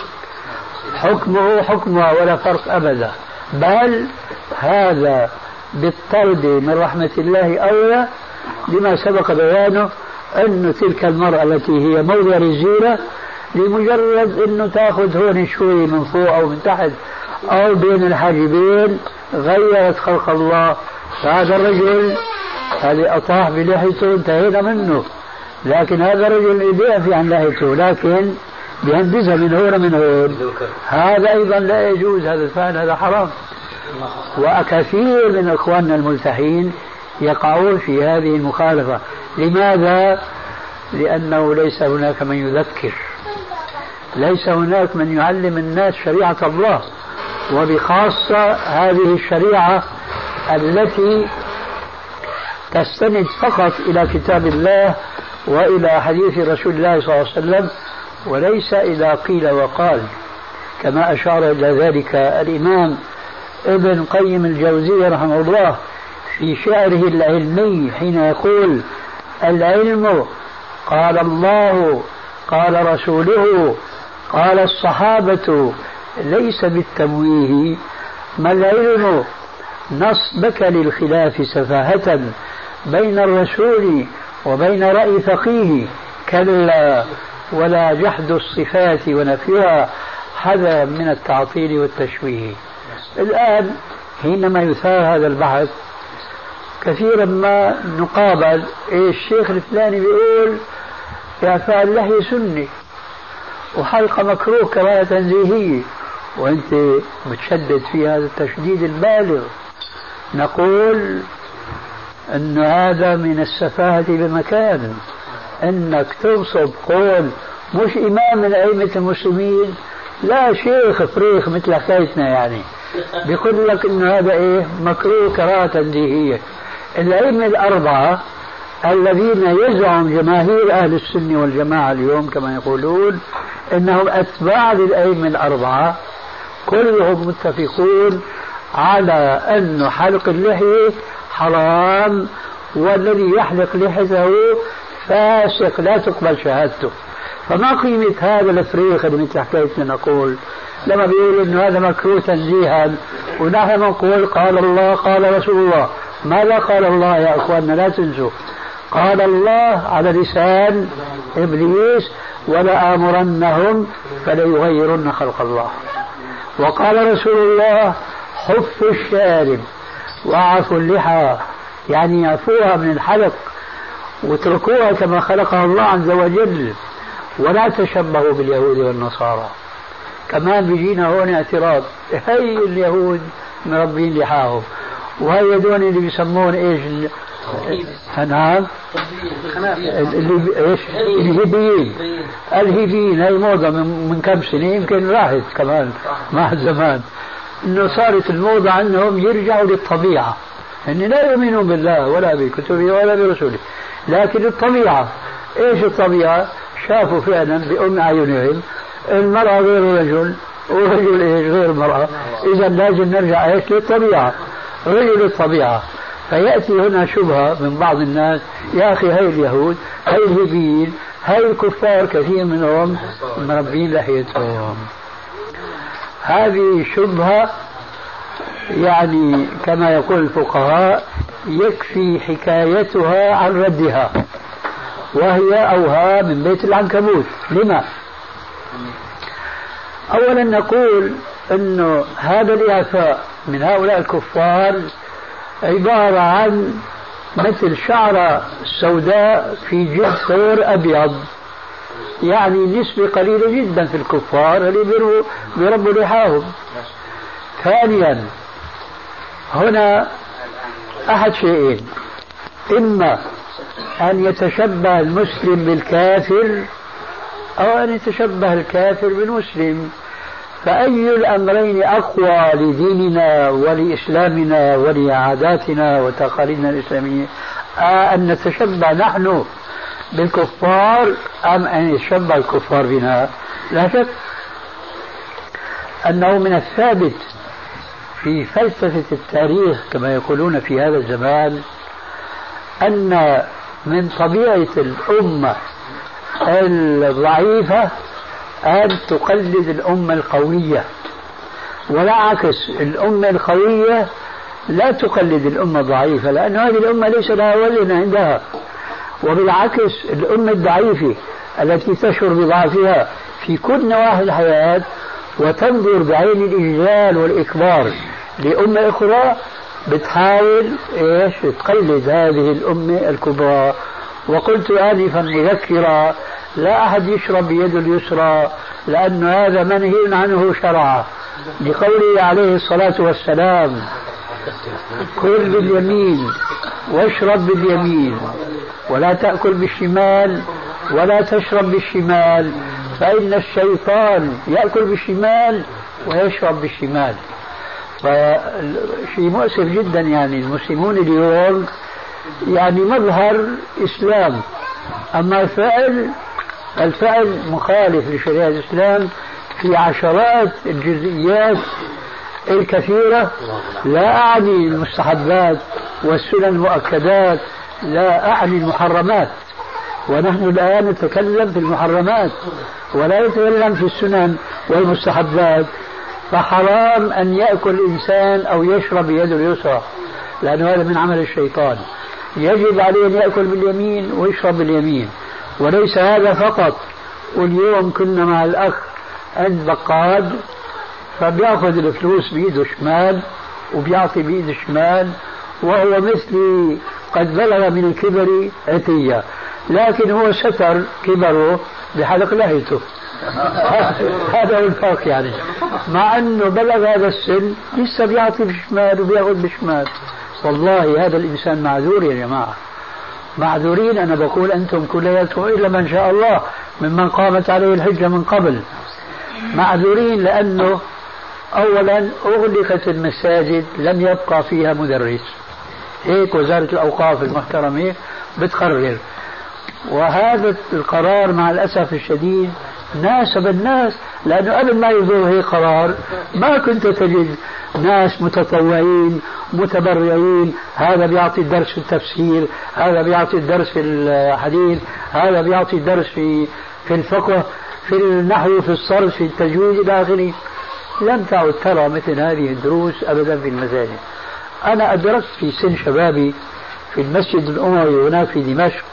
Speaker 3: حكمه حكمها ولا فرق أبدا، بل هذا بالطرد من رحمة الله أولى لما سبق بيانه أن تلك المرأة التي هي موضع الزينة لمجرد أنه تأخذ هون شوي من فوق أو من تحت أو بين الحاجبين غيرت خلق الله. فهذا الرجل هذه أطاح بلحيته انتهينا منه، لكن هذا الرجل يدافع عن لحيته لكن بيهندزها من هون من هون، هذا أيضا لا يجوز، هذا الفعل هذا حرام. وكثير من إخواننا الملتحين يقعون في هذه المخالفة. لماذا؟ لأنه ليس هناك من يذكر، ليس هناك من يعلم الناس شريعة الله، وبخاصة هذه الشريعة التي تستند فقط إلى كتاب الله وإلى حديث رسول الله صلى الله عليه وسلم، وليس إلى قيل وقال، كما أشار إلى ذلك الإمام ابن قيم الجوزية رحمه الله في شعره العلمي حين يقول: العلم قال الله قال رسوله قال الصحابة ليس بالتمويه، ما العلم نصبك للخلاف سفاهة بين الرسول وبين رأي فقيه، كلا ولا جحد الصفات ونفيها حذرا من التعطيل والتشويه. الآن حينما يثار هذا البحث كثيرا ما نقابل الشيخ الفلاني بيقول إعفاء اللحية سنة وحلقة مكروه كراهة تنزيهية، وانت متشدد في هذا التشديد البالغ. نقول أن هذا من السفاهة بمكان، أنك تنصب قول مش إمام من أئمة المسلمين، لا شيخ فريخ مثل حكايتنا يعني بيقول لك إنه هذا مكروه كراهة تنزيهية. الأئمة الأربعة الذين يزعم جماهير أهل السنة والجماعة اليوم كما يقولون إنهم أتباع للأئمة الأربعة كلهم متفقون على أن حلق اللحية حرام، والذي يحلق لحيته فاسق لا تقبل شهادته. فما قيمة هذا الفريق اللي مثل حكايتنا نقول لما بيقول إنه هذا مكروه تنزيها، ونحن نقول قال الله قال رسول الله. ماذا قال الله يا أخواننا؟ لا تنسوا قال الله على لسان إبليس: ولا آمرنهم فليغيرن خلق الله. وقال رسول الله: حفوا الشارب وعفوا اللحى، يعني يعفوها من الحلق واتركوها كما خلقها الله عز وجل، ولا تشبهوا باليهود والنصارى. كمان بيجينا هون اعتراض: هي اليهود مربين لحاهم، وهي دون اللي بيسمون ايش نعم الهيبيين. هي موضة من كم سنة يمكن راحت كمان مع الزمان، انه صارت الموضة عنهم يرجعوا للطبيعة، ان لا يؤمنون بالله ولا بكتبه ولا برسوله، لكن الطبيعة. ايش الطبيعة؟ شافوا فعلا بأم أعينهم المرأة غير الرجل والرجل غير المرأة، إذا لازم نرجع ايش للطبيعة، رجل الطبيعة. فيأتي هنا شبهة من بعض الناس: يا أخي هاي اليهود هاي الهيبيين هاي الكفار كثير منهم مربين لحيتهم. هذه شبهة يعني كما يقول الفقهاء يكفي حكايتها عن ردها، وهي أوهام من بيت العنكبوت. لما؟ أولا نقول أنه هذا الإعفاء من هؤلاء الكفار عبارة عن مثل شعرة سوداء في جلد ثور أبيض، يعني نسبة قليلة جدا في الكفار اللي بيربوا لحاهم. ثانيا هنا أحد شيئين: إما أن يتشبه المسلم بالكافر أو أن يتشبه الكافر بالمسلم. فأي الأمرين أقوى لديننا ولإسلامنا ولعاداتنا وتقاليدنا الإسلامية؟ أن نتشبه نحن بالكفار أم أن يتشبه الكفار بنا؟ لا شك أنه من الثابت في فلسفة التاريخ كما يقولون في هذا الزمان أن من طبيعة الأمة الضعيفة أن تقلد الأمة القوية، ولا عكس، الأمة القوية لا تقلد الأمة الضعيفة، لأن هذه الأمة ليس لها وزن عندها، وبالعكس الأمة الضعيفة التي تشعر بضعفها في كل نواحي الحياة وتنظر بعين الإجلال والإكبار لأمة أخرى بتحاول تقلد هذه الأمة الكبرى. وقلت آنفا مذكرا: لا أحد يشرب بيده اليسرى، لأن هذا منهي عنه شرعا، لقوله عليه الصلاة والسلام: كل باليمين واشرب باليمين ولا تأكل بالشمال ولا تشرب بالشمال، فإن الشيطان يأكل بالشمال ويشرب بالشمال. فشيء مؤسف جدا، يعني المسلمون اليوم يعني مظهر إسلام، أما الفعل مخالف لشريعة الإسلام في عشرات الجزئيات الكثيرة. لا أعني المستحبات والسنن المؤكدات، لا أعني المحرمات، ونحن الآن نتكلم في المحرمات ولا نتكلم في السنن والمستحبات. فحرام أن يأكل الإنسان أو يشرب بيده اليسرى، لأن هذا من عمل الشيطان. يجب عليه أن يأكل باليمين ويشرب باليمين. وليس هذا فقط، واليوم كنا مع الأخ عند بقال فبيأخذ الفلوس بيده شمال وبيعطي بيده شمال، وهو مثلي قد بلغ من الكبر عتية، لكن هو ستر كبره بحلق لحيته. هذا هو الفرق يعني، مع أنه بلغ هذا السن لسه بيعطي بشمال وبيأخذ بشمال. والله هذا الإنسان معذور يا جماعة، معذورين. أنا بقول أنتم كلياتكم إلا من شاء الله ممن قامت عليه الحجة من قبل، معذورين، لأنه أولا أغلقت المساجد لم يبقى فيها مدرس، هيك وزارة الأوقاف المحترمة بتقرر. وهذا القرار مع الأسف الشديد ناسب الناس، لأنه قبل ما يصدر هيك قرار ما كنت تجد ناس متطوعين متبرعين، هذا بيعطي الدرس في التفسير، هذا بيعطي الدرس في الحديث، هذا بيعطي الدرس في الفقه، في النحو، في الصرف، في التجويد إلى آخره. لم تعد ترى مثل هذه الدروس أبدا في المساجد. أنا أدركت في سن شبابي في المسجد الأموي هناك في دمشق،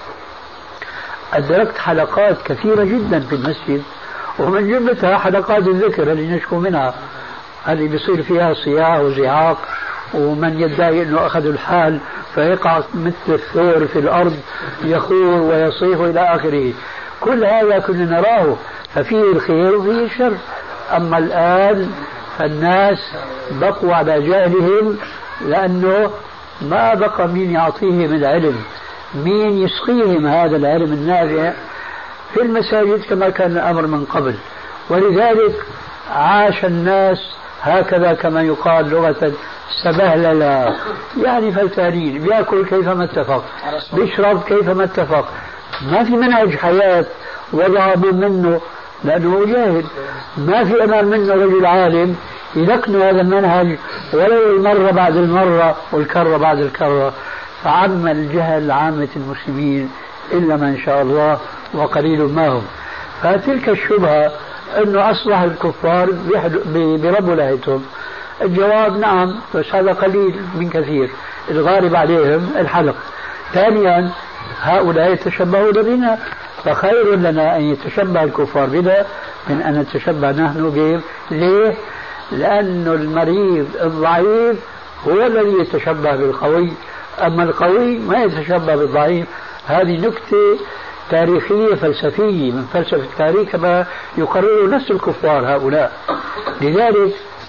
Speaker 3: أدركت حلقات كثيرة جدا في المسجد، ومن جملتها حلقات الذكر اللي نشكو منها، اللي بيصير فيها صياح وزعاق، ومن يدعي أنه أخذ الحال فيقع مثل الثور في الأرض يخور ويصيح إلى آخره. كل هذا كنا نراه، ففيه الخير وفيه الشر. أما الآن فالناس بقوا على جهلهم، لأنه ما بقى مين يعطيهم العلم، مين يسقيهم هذا العلم النافع في المساجد كما كان الأمر من قبل. ولذلك عاش الناس هكذا كما يقال لغة سبهللا، يعني فلتانين، بيأكل كيفما اتفق، بيشرب كيفما اتفق، ما في منهج حياة وضع منه، لأنه جاهل. ما في أمام منه رجل عالم يلقن هذا المنهج ولو المرة بعد المرة والكرة بعد الكرة. فعم الجهل عامة المسلمين إلا من شاء الله وقليل ما هم. فتلك الشبهة أنه أصبح الكفار بربوا لهيتهم، الجواب نعم، بس هذا قليل من كثير، الغالب عليهم الحلق. ثانيا هؤلاء يتشبهون بنا، فخير لنا أن يتشبه الكفار بنا من أن نتشبه نحن بهم. ليه؟ لأن المريض الضعيف هو الذي يتشبه بالقوي، أما القوي ما يتشبه بالضعيف. هذه نكتة تاريخية فلسفية من فلسفة التاريخ كما يقرر نفس الكفار هؤلاء. لذلك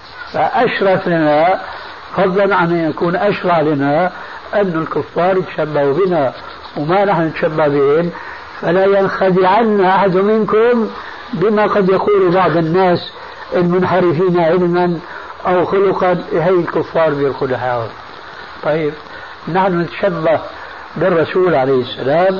Speaker 3: فأشرف لنا فضلا عن أن يكون أشرع لنا أن الكفار يتشبهوا بنا وما نحن نتشبه بهم. فلا ينخدعن أحد منكم بما قد يقول بعض الناس المنحرفين علما أو خلقا، هي الكفار بالخلحاء. طيب نحن نتشبه بالرسول عليه السلام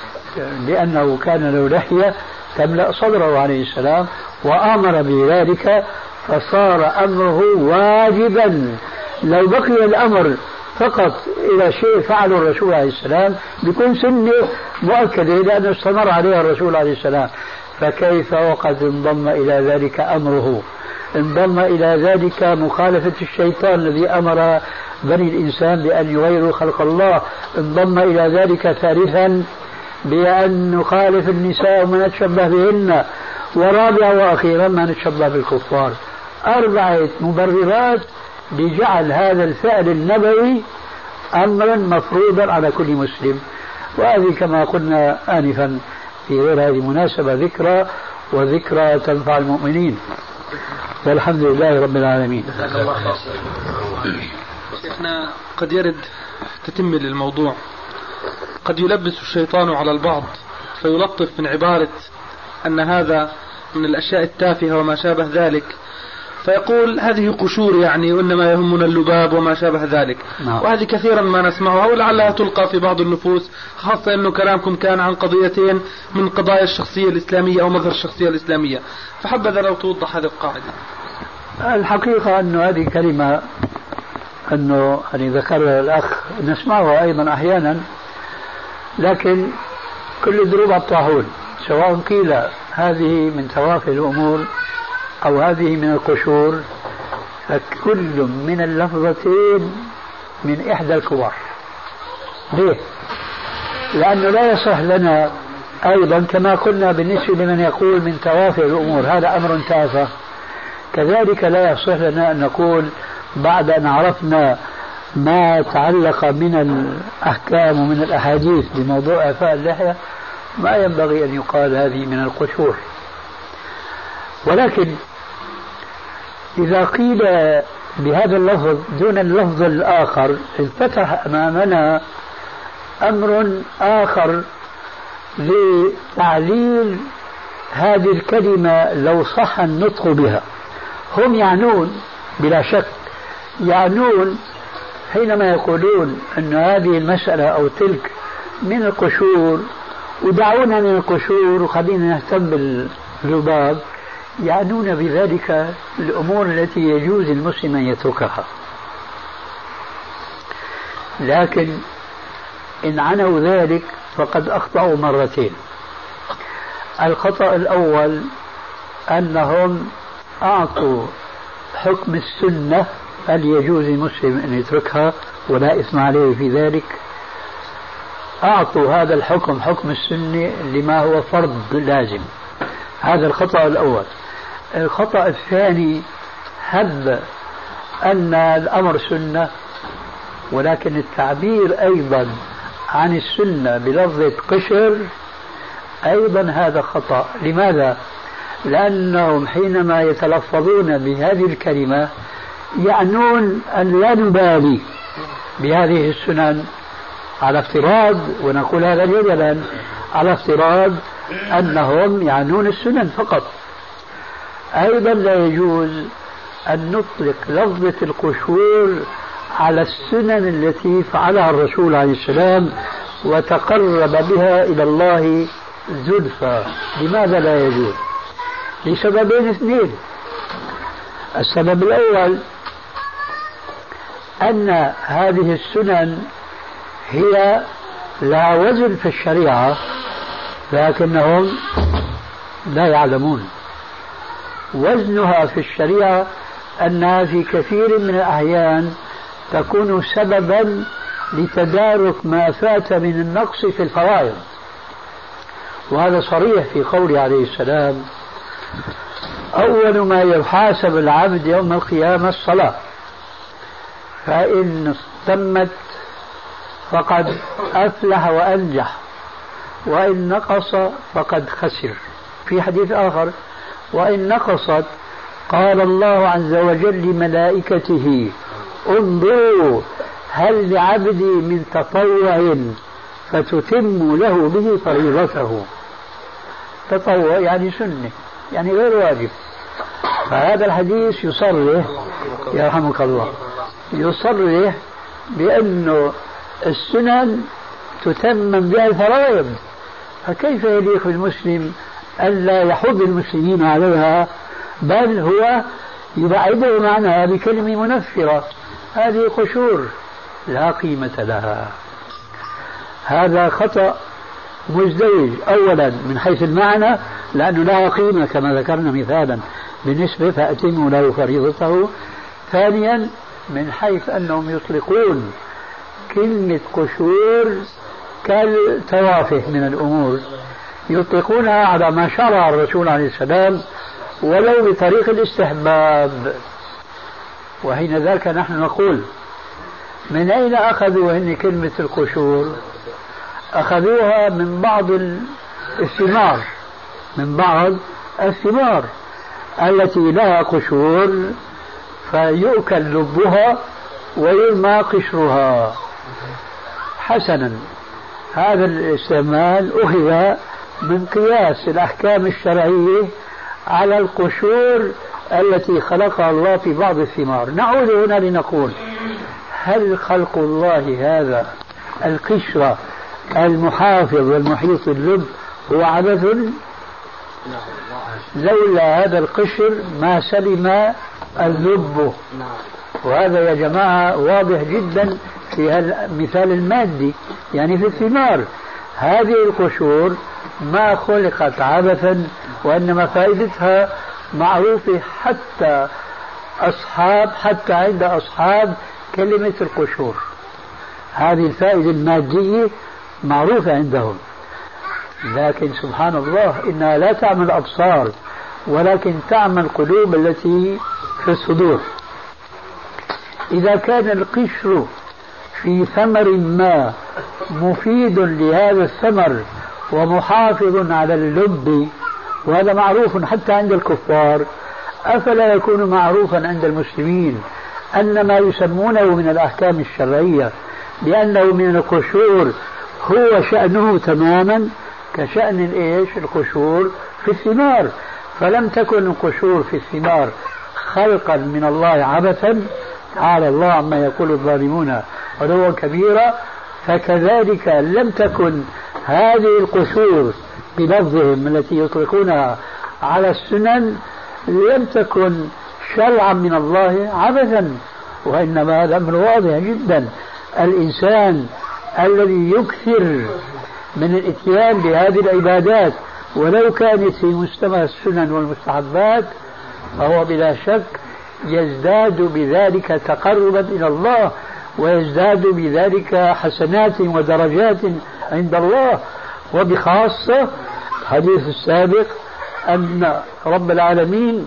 Speaker 3: لأنه كان له لحية تملأ صدره عليه السلام وأمر بذلك، فصار أمره واجبا. لو بقي الأمر فقط إلى شيء فعله الرسول عليه السلام بيكون سنة مؤكدة لأنه استمر عليها الرسول عليه السلام. فكيف وقد انضم إلى ذلك أمره، انضم إلى ذلك مخالفة الشيطان الذي أمر بني الإنسان بأن يغيروا خلق الله، انضم إلى ذلك ثالثا بأن نخالف النساء وما نتشبه بهن، ورابعا وأخيرا ما نتشبه بالكفار. 4 مبررات لجعل هذا الفعل النبوي أمرا مفروضا على كل مسلم. وهذه كما قلنا آنفا في غير هذه المناسبة ذكرى، وذكرى تنفع المؤمنين. والحمد لله رب العالمين.
Speaker 6: شيخنا، قد يرد تتم للموضوع، قد يلبس الشيطان على البعض فيلطف من عبارة أن هذا من الأشياء التافهة وما شابه ذلك، فيقول هذه قشور يعني، وإنما يهمنا اللباب وما شابه ذلك. وهذه كثيرا ما نسمعها، ولعلها تلقى في بعض النفوس، خاصة أنه كلامكم كان عن قضيتين من قضايا الشخصية الإسلامية أو مظهر الشخصية الإسلامية، فحبذا لو توضح هذه القاعدة.
Speaker 3: الحقيقة أن هذه كلمة أنه يعني ذكرها الأخ نسمعها أيضا أحيانا، لكن كل ضروب الطاحون، سواء قيل هذه من توافه الأمور أو هذه من القشور، فكل من اللفظتين من إحدى الكبار. ليه؟ لأنه لا يصح لنا أيضا كما قلنا بالنسبة لمن يقول من توافه الأمور هذا أمر تافه، كذلك لا يصح لنا أن نقول بعد أن عرفنا ما تعلق من الأحكام ومن الأحاديث بموضوع إعفاء اللحية ما ينبغي أن يقال هذه من القشور. ولكن إذا قيل بهذا اللفظ دون اللفظ الآخر انفتح أمامنا أمر آخر لتعليل هذه الكلمة لو صح النطق بها. هم يعنون بلا شك، يعنون حينما يقولون أن هذه المسألة أو تلك من القشور ودعونا من القشور وخلينا نهتم بالذباب، يعنون بذلك الأمور التي يجوز المسلم أن يتركها. لكن إن عنوا ذلك فقد أخطأوا مرتين. الخطأ الأول أنهم أعطوا حكم السنة هل يجوز المسلم أن يتركها ولا إثم عليه في ذلك، أعطوا هذا الحكم حكم السنة لما هو فرض لازم. هذا الخطأ الأول. الخطأ الثاني هب أن الأمر سنة، ولكن التعبير أيضا عن السنة بلفظة قشر أيضا هذا خطأ. لماذا؟ لأنهم حينما يتلفظون بهذه الكلمة يعنون أن لا نبالي بهذه السنن، على افتراض، ونقول هذا جدلا، على افتراض أنهم يعنون السنن فقط. أيضا لا يجوز أن نطلق لفظة القشور على السنن التي فعلها الرسول عليه السلام وتقرب بها إلى الله زلفى. لماذا لا يجوز؟ لسببين اثنين. السبب الأول أن هذه السنن هي لها وزن في الشريعة لكنهم لا يعلمون. وزنها في الشريعة أنها في كثير من الأحيان تكون سببا لتدارك ما فات من النقص في الفرائض، وهذا صريح في قوله عليه السلام: أول ما يحاسب العبد يوم القيامة الصلاة، فإن تمت فقد أفلح وأنجح، وإن نقص فقد خسر. في حديث آخر: وإن نقصت قال الله عز وجل لملائكته انظروا هل لعبدي من تطوع فتتم له به فريضته. تطوع يعني سنة، يعني غير واجب. فهذا الحديث يصرح، يرحمك الله، يصرح بأنه السنن تتمم بها الفرائض، فكيف يليق بالمسلم ألا يحض المسلمين عليها، بل هو يبعدهم عنها بكلمة منفرة. هذه قشور لا قيمة لها. هذا خطأ مزدوج، أولا من حيث المعنى لأنه لها قيمة كما ذكرنا مثالا بالنسبة فأتموا له فريضته. ثانيا من حيث أنهم يطلقون كلمة قشور كالتوافه من الأمور، يطلقونها على ما شرع الرسول عليه السلام ولو بطريق الاستحباب. وحين ذاك نحن نقول من أين أخذوا هن كلمة القشور؟ أخذوها من بعض الثمار، من بعض الثمار التي لها قشور فيؤكل لبها ويرمى قشرها. حسنا، هذا الاستعمال أخذ من قياس الأحكام الشرعية على القشور التي خلقها الله في بعض الثمار. نعود هنا لنقول هل خلق الله هذا القشرة المحافظ والمحيط اللب هو عبث؟ لولا هذا القشر ما سلم اللب. وهذا يا جماعة واضح جدا في المثال المادي، يعني في الثمار. هذه القشور ما خلقت عبثا، وإنما فائدتها معروفة حتى عند أصحاب كلمة القشور. هذه الفائدة المادية معروفة عندهم، لكن سبحان الله إنها لا تعمل الأبصار ولكن تعمل القلوب التي في الصدور. إذا كان القشر في ثمر ما مفيد لهذا الثمر ومحافظ على اللب، وهذا معروف حتى عند الكفار، أفلا يكون معروفا عند المسلمين أن ما يسمونه من الأحكام الشرعية لأنه من القشور هو شأنه تماما كشأن القشور في الثمار؟ فلم تكن القشور في الثمار خلقا من الله عبثا، تعالى الله عما يقول الظالمون علوا كبيرا، فكذلك لم تكن هذه القشور بلفظهم التي يطلقونها على السنن لم تكن شرعا من الله عبثا. وإنما الأمر واضح جدا، الإنسان الذي يكثر من الاتيان بهذه العبادات ولو كانت في مستوى السنن والمستحبات فهو بلا شك يزداد بذلك تقربا إلى الله، ويزداد بذلك حسنات ودرجات عند الله. وبخاصة حديث السابق أن رب العالمين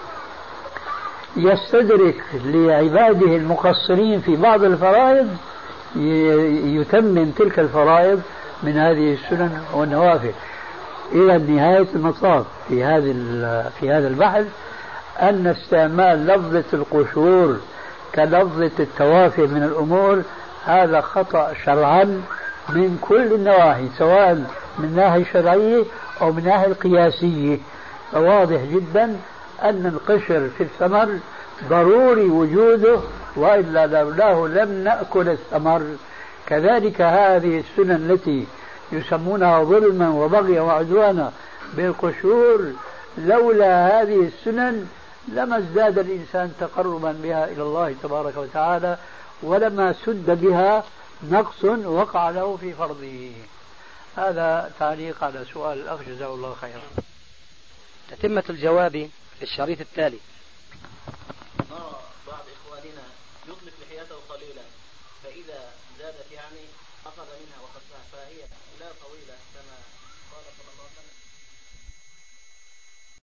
Speaker 3: يستدرك لعباده المقصرين في بعض الفرائض، يتمم تلك الفرائض من هذه السنن والنوافل. إلى نهاية المطاف في هذا البحث أن استعمال لفظة القشور كلفظة التوافه من الأمور هذا خطأ شرعا من كل النواحي، سواء من الناحية الشرعية أو من الناحية القياسية. واضح جدا أن القشر في الثمر ضروري وجوده، وإلا لولاه لم نأكل الثمر. كذلك هذه السنن التي يسمونها ظلما وبغيا وعدوانا بالقشور، لولا هذه السنن لما ازداد الإنسان تقربا بها إلى الله تبارك وتعالى، ولما سد بها نقص وقع له في فرضه. هذا تعليق على سؤال الأخ جزاه الله خيرا.
Speaker 1: تتمة الجواب في الشريط التالي.
Speaker 7: نرى بعض إخواننا يطلق لحيته قليلا، فإذا زادت يعني أخذ منها وخفها، فهي لا طويلة كما قال صلى الله عليه وسلم.